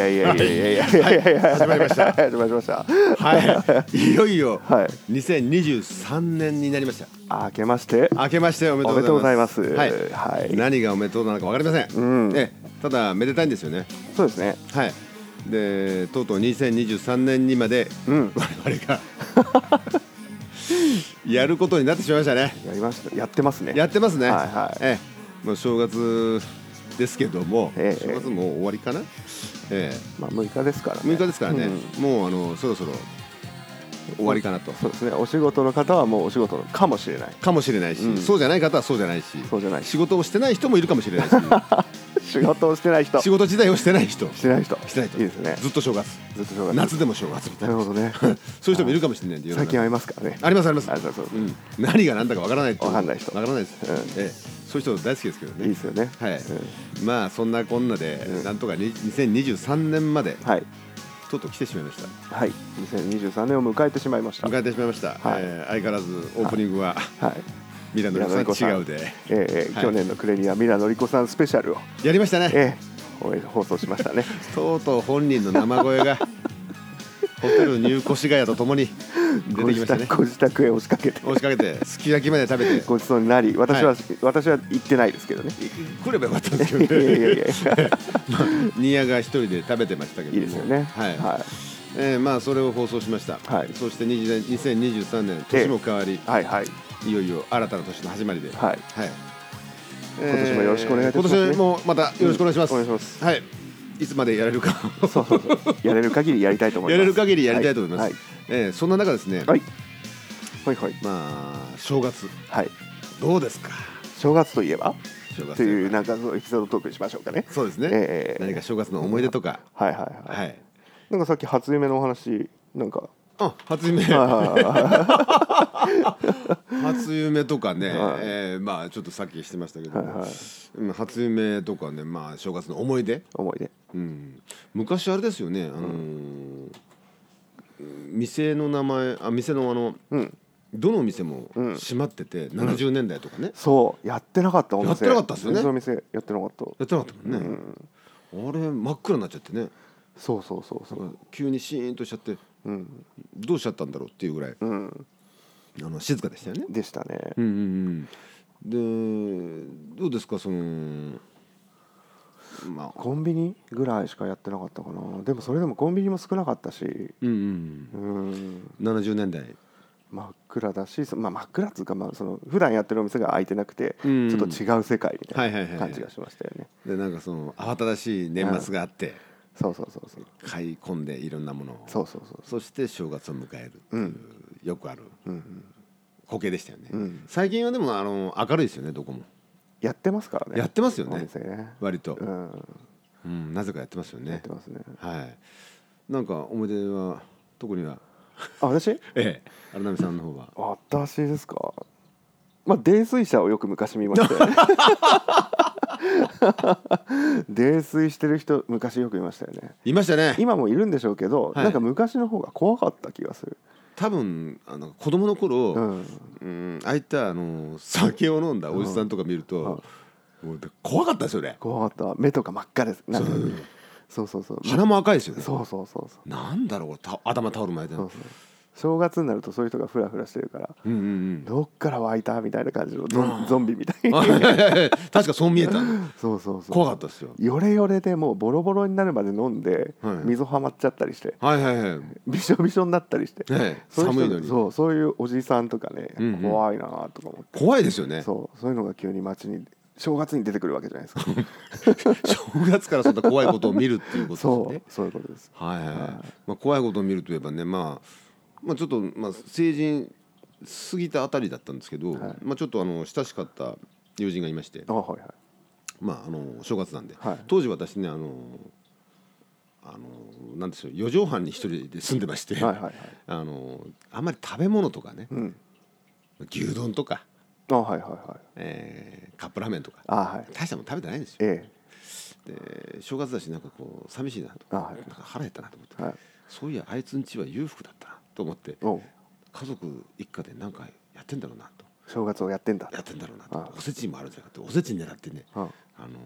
やいやいやいやいやいやいや始まりました始まりました。 はい、いよいよはい 2023年になりました。 明けまして明けましておめでとうございます。 おめでとうございます。 はい、 はい何がおめでとうなのか分かりません。ただめでたいんですよね。 そうですね。 はいでとうとう2023年にまで、我々がやることになってしまいましたね。 やりました。やってますね。 やってますね。 はいはい。 もう正月ですけども、 正月もう終わりかな。 まあ6日ですからね。 6日ですからね、もうそろそろ終わりかなと。 そうですね。お仕事の方はもうお仕事かもしれないかもしれないし、そうじゃない方はそうじゃないし、仕事をしてない人もいるかもしれないし仕事をしてない人、 仕事自体をしてない人、 してない人いいですね。ずっと正月、夏でも正月みたいな。 なるほどね。 そういう人もいるかもしれないんで、 最近ありますからね。 ありますあります。何が何だかわからない人、 わかんない人、 わからないです。そういう人大好きですけどね。 いいですよね。 はい。まあそんなこんなでなんとか2023年までとうとう来てしまいました。 はい。2023年を迎えてしまいました。 迎えてしまいました。相変わらずオープニングはミラノリコさん違うで、 去年の暮れにはミラノリコさんスペシャルをやりましたね。 放送しましたね。 とうとう本人の生声がホテルニュー越谷とともに出てきましたね。 ご自宅へ押しかけてすき焼きまで食べてごちそうになり、私は行ってないですけどね。 来ればよかったんですけどね。新谷が一人で食べてましたけども、 いいですよね。 まあそれを放送しました。そして2023年年も変わり、いよいよ新たな年の始まりで、今年もよろしくお願いいたします。 今年もまたよろしくお願いします。 お願いします。 はい。いつまでやれるかやれる限りやりたいと思います。 やれる限りやりたいと思います。そんな中ですね。まあ正月。どうですか。 正月といえばというなんかエピソードトークにしましょうかね。 そうですね。何か正月の思い出とか。 なんかさっき初夢のお話なんか。 初夢初夢とかね、まあちょっとさっきしてましたけど、初夢とかね、まあ正月の思い出、昔あれですよね、店の名前、店のどの店も閉まってて、70年代とかね、 そうやってなかったお店、 やってなかったですよね。 お店やってなかったもんね。あれ真っ暗になっちゃってね。 そう急にシーンとしちゃって、どうしちゃったんだろうっていうぐらい静かでしたよね。 でしたね。 でどうですか、そのコンビニぐらいしかやってなかったかな。でもそれでもコンビニも少なかったし、 70年代真っ暗だし、真っ暗っつうか、その普段やってるお店が開いてなくて、ちょっと違う世界みたいな感じがしましたよね。 でなんかその慌ただしい年末があって、 そう買い込んでいろんなものを、そして正月を迎えるっていう、よくある光景でしたよね。最近はでも明るいですよね。どこもやってますからね。 やってますよね、割と。なぜかやってますよね。 やってますね。 なんか思い出は特には。 私？ 荒波さんの方は。 私ですか。泥酔者をよく昔見ましたよね。泥酔してる人昔よくいましたよね。 いましたね。 今もいるんでしょうけど、なんか昔の方が怖かった気がする。 多分子供の頃、ああいった酒を飲んだおじさんとか見ると、もう怖かったですよね。 怖かった。目とか真っ赤です。そう鼻も赤いですよね。 そうなんだろう、頭タオル巻いて。 正月になるとそういう人がフラフラしてるから、どっから湧いたみたいな感じのゾンビみたいな。 確かそう見えた。怖かったですよ。 ヨレヨレでもうボロボロになるまで飲んで溝はまっちゃったりして、びしょびしょになったりして、 寒いのに。 そういうおじさんとかね、怖いなとか思って。 怖いですよね。 そういうのが急に街に正月に出てくるわけじゃないですか。 正月からそんな怖いことを見るっていうことですね。 そういうことです。 怖いことを見るといえばね、ちょっと成人過ぎたあたりだったんですけど、ちょっと親しかった友人がいまして、正月なんで、当時私ねなんですよ、4畳半に一人で住んでまして、あんまり食べ物とかね、牛丼とかカップラーメンとか大したもの食べてないんですよ。で正月だしなんかこう寂しいなと、なんか腹減ったなと思って、そういやあいつんちは裕福だったなと思って、家族一家で何かやってんだろうなと、 正月をやってんだろうなと、おせちもあるんじゃなくておせち狙ってね、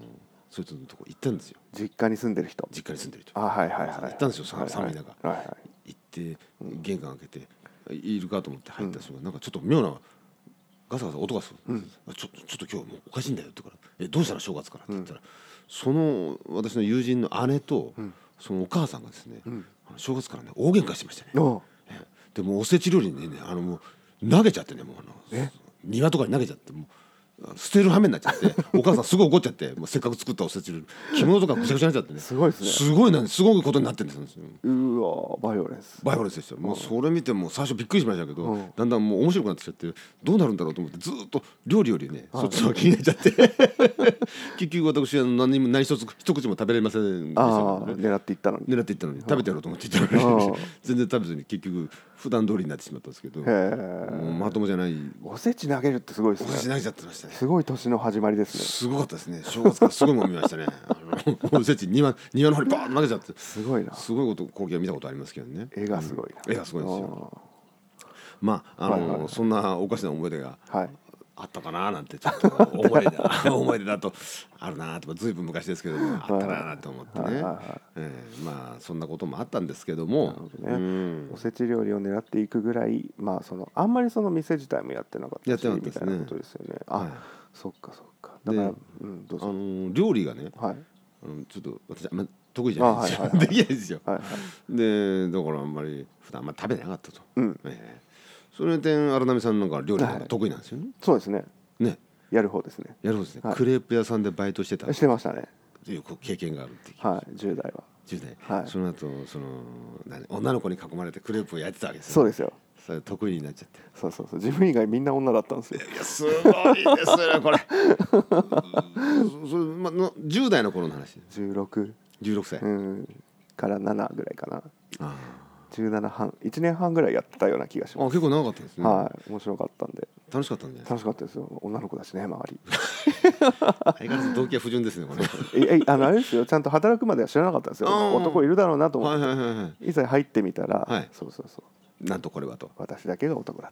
そいつのとこ行ったんですよ。 実家に住んでる人。 実家に住んでる人。 はいはいはい。 行ったんですよ。寒い中、行って玄関開けているかと思って入った瞬間、なんかちょっと妙なガサガサ音がする、ちょっと今日もうおかしいんだよって言うから、どうしたら正月からって言ったら、その私の友人の姉と、そのお母さんがですね、正月からね大喧嘩してましたね。でもうおせち料理にねもう投げちゃってね、もう庭とかに投げちゃって、もう捨てる羽目になっちゃって、お母さんすごい怒っちゃって、もうせっかく作ったおせち料理着物とかぐちゃぐちゃになっちゃってね、 すごいですね。 すごいことになってるんですよ。 うわバイオレンスでしたよ。もうそれ見ても最初びっくりしましたけど、だんだんもう面白くなってきちゃって、どうなるんだろうと思ってずっと料理よりね、そっちの方が気になっちゃって結局私は何一口も食べれませんでしたからね。 狙っていったのに食べてやろうと思って言ったのに全然食べずに結局普段通りになってしまったんですけど、もうまともじゃない。 おせち投げるってすごいですね。 おせち投げちゃってましたね。 すごい年の始まりですね。 すごかったですね。正月からすごいもん見ましたね。おせち庭の方にバーッと投げちゃって、すごい光景見たことありますけどね。 絵がすごいな。 絵がすごいですよ。まあそんなおかしな思い出があったかななんてちょっと思い出だとあるなと、ずいぶん昔ですけどもあったななんて思ってね。まあそんなこともあったんですけども、 おせち料理を狙っていくぐらい、まああんまりその店自体もやってなかったしみたいなことですよね。そっかだからどうぞ。 料理がね、ちょっと私得意じゃないですよ。できないですよ。でだからあんまり普段食べてなかったと。その点荒波さんなんか料理が得意なんですよね。 そうですね。やる方ですね。 クレープ屋さんでバイトしてましたね。 という経験があるっていう。 10代は。 その後女の子に囲まれてクレープを焼いてたわけですよ。 そうですよ。 それ得意になっちゃって。 そう自分以外みんな女だったんですよ。 いやすごいですねこれ。10代の頃の話。16歳から7ぐらいかな。17半1年半ぐらいやってたような気がします。 結構長かったですね。 面白かったんで。 楽しかったんで。 楽しかったですよ。女の子だしね、周り。 相変わらず動機は不純ですねこれ。 あれですよ、ちゃんと働くまでは知らなかったんですよ。男いるだろうなと思って。いざ入ってみたら、そうなんとこれはと。 私だけが男だった。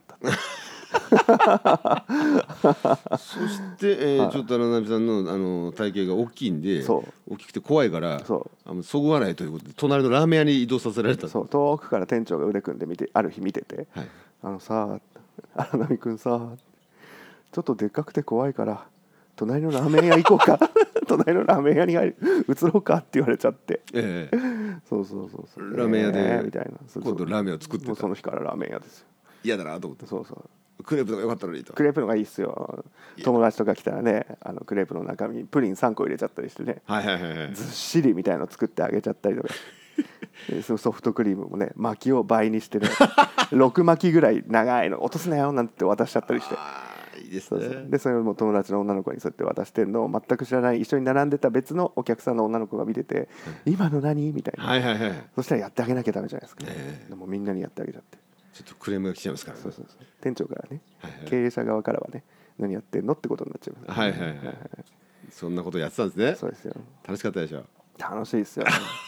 そしてちょっと荒波さんの体型が大きいんで、大きくて怖いからそぐわないということで隣のラーメン屋に移動させられた。 遠くから店長が腕組んである日見てて、さあ荒波くんさ、ちょっとでっかくて怖いから隣のラーメン屋行こうか隣のラーメン屋に移ろうかって言われちゃって、そうラーメン屋でみたいな、 今度ラーメンを作ってた。 その日からラーメン屋ですよ。 嫌だなと思って。クレープのが良かったのにと。 クレープのがいいっすよ。友達とか来たらね、クレープの中身プリン3個入れちゃったりしてね、ずっしりみたいの作ってあげちゃったりとかソフトクリームもね、巻きを倍にしてね6巻きぐらい長いの落とすなよなんて渡しちゃったりして、 いいですね。 でそれをもう友達の女の子にそうやって渡してるのを全く知らない一緒に並んでた別のお客さんの女の子が見てて、今の何みたいな、そしたらやってあげなきゃダメじゃないですか。でもみんなにやってあげちゃって、 ちょっとクレームが来ちゃいますからね。 店長からね、経営者側からはね、何やってんのってことになっちゃいます。 そんなことやってたんですね。 そうですよ。 楽しかったでしょ。 楽しいですよ。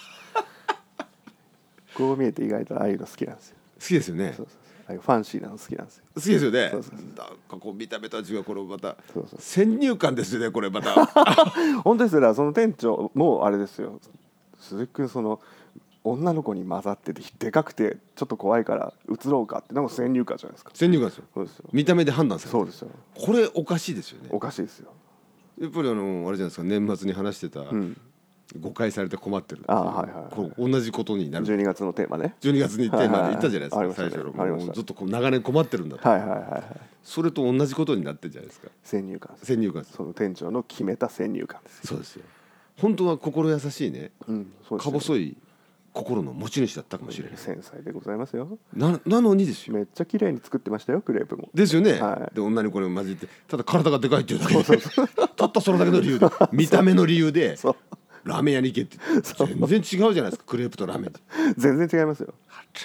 こう見えて意外とああいうの好きなんですよ。 好きですよね。 ああいうファンシーなの好きなんですよ。 好きですよね。なんかこう見た目とは違う、これまた先入観ですよねこれまた。 本当ですよ。その店長もあれですよ、鈴木君女の子に混ざっててでかくてちょっと怖いから移ろうかって、なんか先入観じゃないですか。 先入観ですよ。そうですよ。見た目で判断する。 そうですよ。 これおかしいですよね。 おかしいですよ。 やっぱりあれじゃないですか、年末に話してた、誤解されて困ってる。同じことになる。 12月のテーマね。 12月にテーマで言ったじゃないですか。最初のずっと長年困ってるんだと。それと同じことになってるじゃないですか。 先入観。その店長の決めた先入観です。 そうですよ。本当は心優しいね、か細い心の持ち主だったかもしれない。 繊細でございますよ。 なのにですよ。 めっちゃ綺麗に作ってましたよ、クレープも。 ですよね。で女にこれを混じって、ただ体がでかいっていうだけで、たったそれだけの理由で、見た目の理由でラーメン屋に行けって全然違うじゃないですか、クレープとラーメン。 全然違いますよ。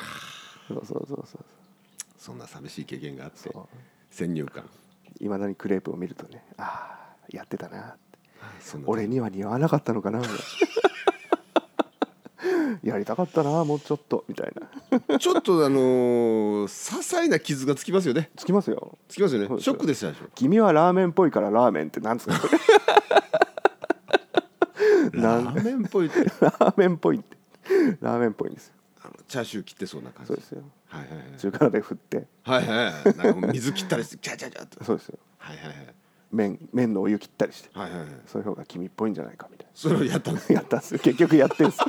そんな寂しい経験があって、先入観。 いまだにクレープを見るとね、やってたなって、俺には似合わなかったのかなやりたかったなもうちょっとみたいな。 ちょっと些細な傷がつきますよね。 つきますよ。 ショックでしたでしょ。 君はラーメンっぽいからラーメンってなんつうのラーメンっぽいってラーメンっぽいってラーメンっぽいんですよ。 チャーシュー切ってそうな感じ。 そうですよ、 はいはいはい、 中華鍋振って、 はいはいなんか水切ったりしてキャチャチャってそうですよ、 はいはいはい、 麺のお湯切ったりして、 はいはいはい、 そういう方が君っぽいんじゃないかみたいな。 それをやったんですやったんですよ、結局やってんですよ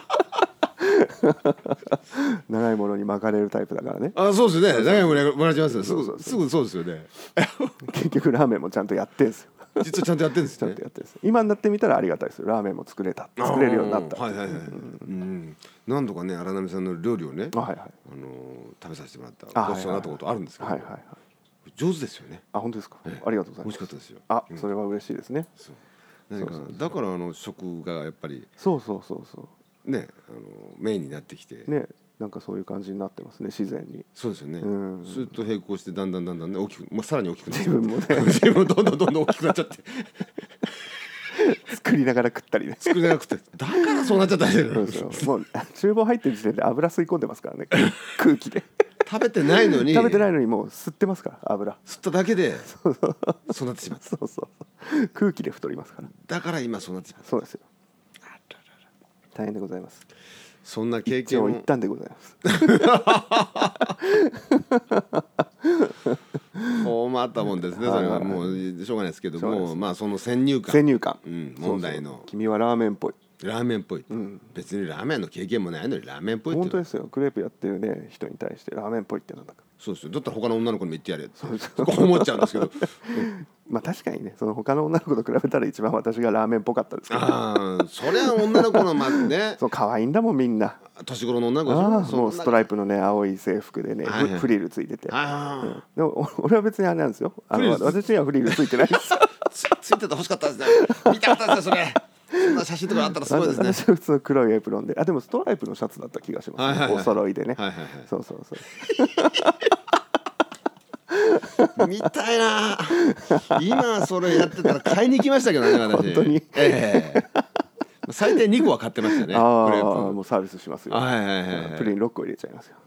長いものに巻かれるタイプだからね。 あ、そうですね、長いものに巻かれちゃいますよ、すぐそうですよね結局ラーメンもちゃんとやってんですよ実はちゃんとやってるんですね。 ちゃんとやってるんです。今になってみたらありがたいですよ。ラーメンも作れるようになった。 はいはいはい、何度かね荒波さんの料理をね、 はいはい、 食べさせてもらったごちそうになったことあるんですけど、はいはいはい、上手ですよね。 あ、本当ですか、ありがとうございます。 美味しかったですよ。 あ、それは嬉しいですね。 そう何かだから食がやっぱりそうね、メインになってきてね、なんかそういう感じになってますね、自然に。 そうですよね。それと並行してだんだんね大きく、さらに大きくなって、 自分もね自分もどんどん大きくなっちゃって作りながら食ったりね。 作りながら食って、だからそうなっちゃったんですよ。 もう厨房入ってる時点で油吸い込んでますからね空気で食べてないのにもう吸ってますから、油吸っただけでそうなってしまった。 そう空気で太りますから。 だから今そうなってしまった。 そうですよ。大変でございます。 そんな経験を一旦でございます困ったもんですね。それはもうしょうがないですけども、まあその先入観問題の君はラーメンっぽい、 別にラーメンの経験もないのにラーメンっぽいって。 本当ですよ。クレープやってるね人に対してラーメンっぽいってなんだか。 そうですよ。だったら他の女の子にも言ってやれってそこ思っちゃうんですけどまあ確かにね、その他の女の子と比べたら一番私がラーメンっぽかったですけど、 そりゃ女の子のまずねそう可愛いんだもんみんな。 年頃の女の子もうストライプのね青い制服でね、フリルついてて、でも俺は別にあれなんですよ、私にはフリルついてないですついてて欲しかったですね。見たかったですよそれ。そんな写真とかあったらすごいですね。 私は普通の黒いエプロンで、でもストライプのシャツだった気がしますね、お揃いでね。そう見たいな。今それやってたら買いに行きましたけどね、私。 本当に。 最低2個は買ってましたよね。 もうサービスしますよ。プリン6個入れちゃいますよ。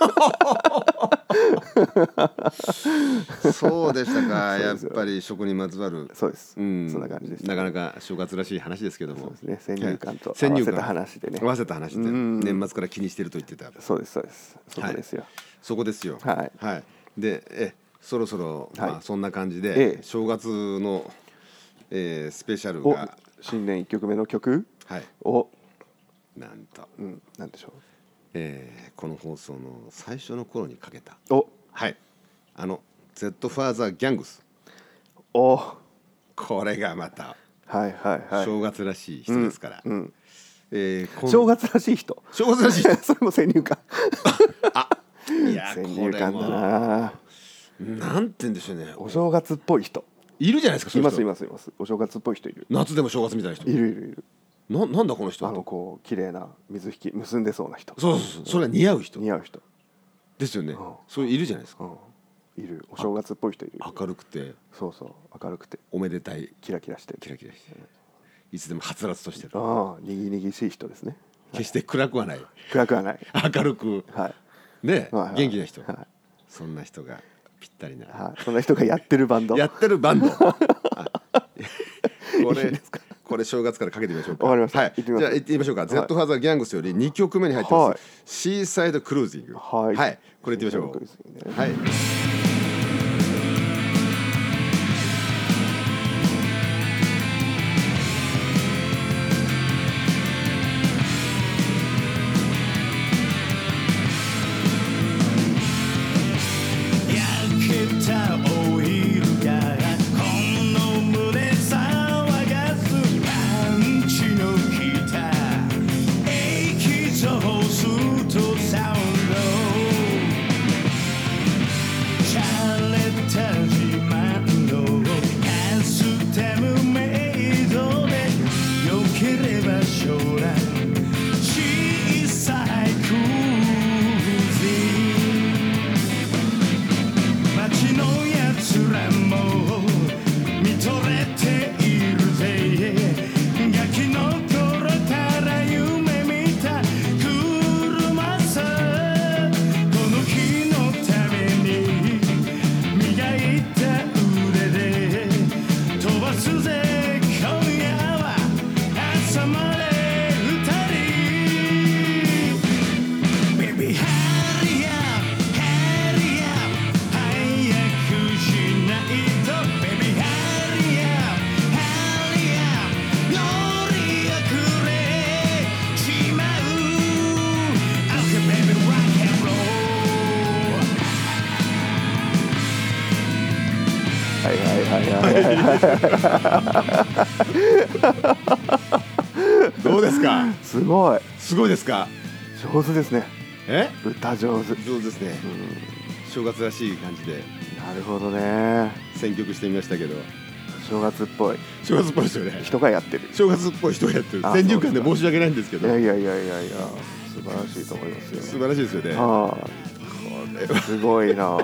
そうでしたか。やっぱり食にまつわる。 そうです。そんな感じです。 なかなか正月らしい話ですけども。 そうですね。先入観と合わせた話でね。 合わせた話で年末から気にしてると言ってた。 そうです。そこですよ。 そこですよ。 はい。 で、そろそろそんな感じで正月のスペシャルが。 新年1曲目の曲をなんと、 なんでしょう、この放送の最初の頃にかけたはい Z ファーザーギャングス。これがまた正月らしい人ですから。 正月らしい人それも先入観いや先入観だな。 なんて言うんでしょうね、 お正月っぽい人いるじゃないですか。 いますお正月っぽい人いる。 夏でも正月みたいな人いる。 なんだこの人。 こう綺麗な水引き結んでそうな人。 そうそれは似合う人ですよね。そういるじゃないですか。 いる。お正月っぽい人いる。 明るくて明るくておめでたい、 キラキラしていつでもはつらつとしてる。 にぎにぎしい人ですね。 決して暗くはない明るくね、元気な人。そんな人がぴったりな、 そんな人がやってるバンドこれ正月からかけてみましょうか。 わかりました。 じゃあ行ってみましょうか。Z ファーザーギャングスより2曲目に入ってます、シーサイドクルージング。これ行ってみましょう。 どうですか。 すごいですか。 上手ですね。歌上手ですね。正月らしい感じで。 なるほどね。 選曲してみましたけど、 正月っぽいですよね。 人がやってる。 正月っぽい人がやってる。先入観で申し訳ないんですけど。 いや素晴らしいと思いますよ。 素晴らしいですよね。 すごいな。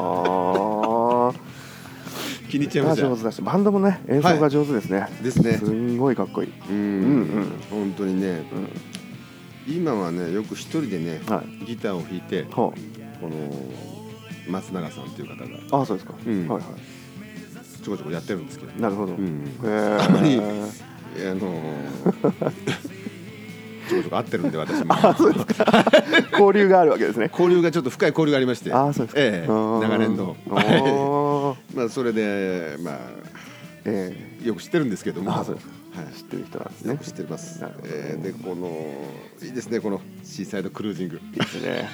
気に入っちゃいました。 上手だし、バンドもね、演奏が上手ですね。すんごいかっこいい。 本当にね。今はね、よく一人でね、ギターを弾いて、この松永さんっていう方が、 そうですか。 ちょこちょこやってるんですけど。 なるほど。 たまにちょこちょこ会ってるんで、私も。 交流があるわけですね。 交流がちょっと深い交流がありまして。 そうですか。 長年の。それでよく知ってるんですけども。 知ってる人なんですね。 知ってます。で、いいですね、このシーサイドクルージング。いいですね。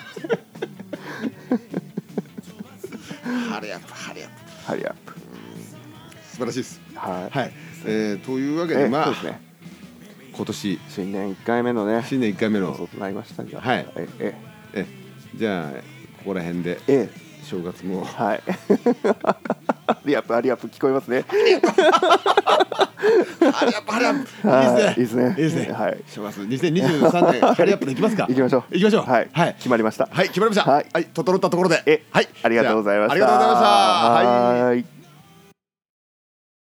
ハリアップ。素晴らしいです。というわけで、今年新年1回目のね。 新年1回目のそうとなりましたが。 じゃあここら辺で正月も。ハリアップ聞こえますね。ハリアップいいですね。 します。2023年ハリアップでいきますか。 行きましょう。決まりました。 整ったところで。 ありがとうございました。 ありがとうございました。